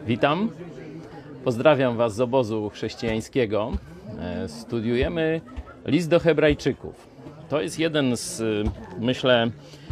Witam, pozdrawiam Was z obozu chrześcijańskiego. Studiujemy list do Hebrajczyków. To jest jeden z, myślę,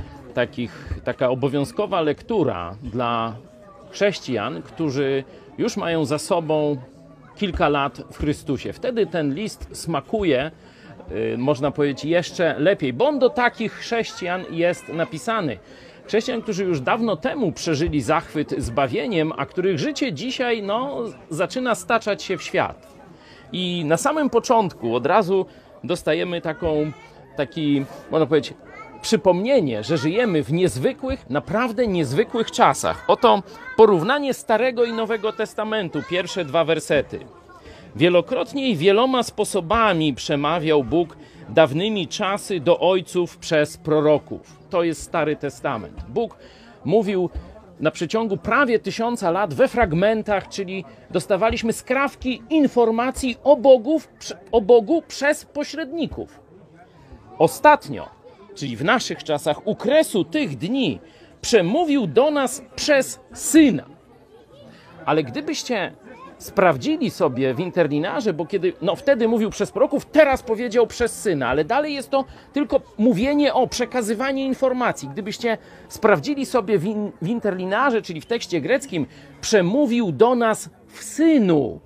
taka obowiązkowa lektura dla chrześcijan, którzy już mają za sobą kilka lat w Chrystusie. Wtedy ten list smakuje, można powiedzieć, jeszcze lepiej, bo on do takich chrześcijan jest napisany. Chrześcijan, którzy już dawno temu przeżyli zachwyt zbawieniem, a których życie dzisiaj zaczyna staczać się w świat. I na samym początku od razu dostajemy taki, można powiedzieć, przypomnienie, że żyjemy w niezwykłych, naprawdę niezwykłych czasach. Oto porównanie Starego i Nowego Testamentu, pierwsze dwa wersety. Wielokrotnie i wieloma sposobami przemawiał Bóg dawnymi czasy do ojców przez proroków. To jest Stary Testament. Bóg mówił na przeciągu prawie 1000 lat we fragmentach, czyli dostawaliśmy skrawki informacji o Bogu przez pośredników. Ostatnio, czyli w naszych czasach, u kresu tych dni, przemówił do nas przez Syna. Ale gdybyście sprawdzili sobie w interlinearze, bo wtedy mówił przez proroków, teraz powiedział przez Syna, ale dalej jest to tylko mówienie o przekazywanie informacji. Gdybyście sprawdzili sobie w interlinearze, czyli w tekście greckim, przemówił do nas w Synu.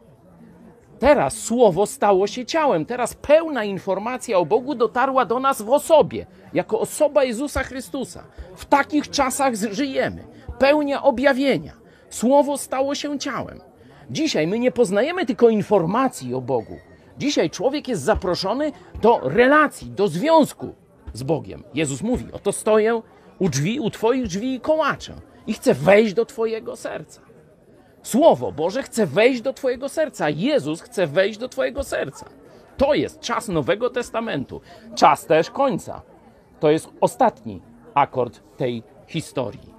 Teraz Słowo stało się ciałem. Teraz pełna informacja o Bogu dotarła do nas w osobie, jako osoba Jezusa Chrystusa. W takich czasach żyjemy. Pełnia objawienia. Słowo stało się ciałem. Dzisiaj my nie poznajemy tylko informacji o Bogu. Dzisiaj człowiek jest zaproszony do relacji, do związku z Bogiem. Jezus mówi, oto stoję u drzwi, u Twoich drzwi i kołaczę i chcę wejść do Twojego serca. Słowo Boże chce wejść do Twojego serca. Jezus chce wejść do Twojego serca. To jest czas Nowego Testamentu. Czas też końca. To jest ostatni akord tej historii.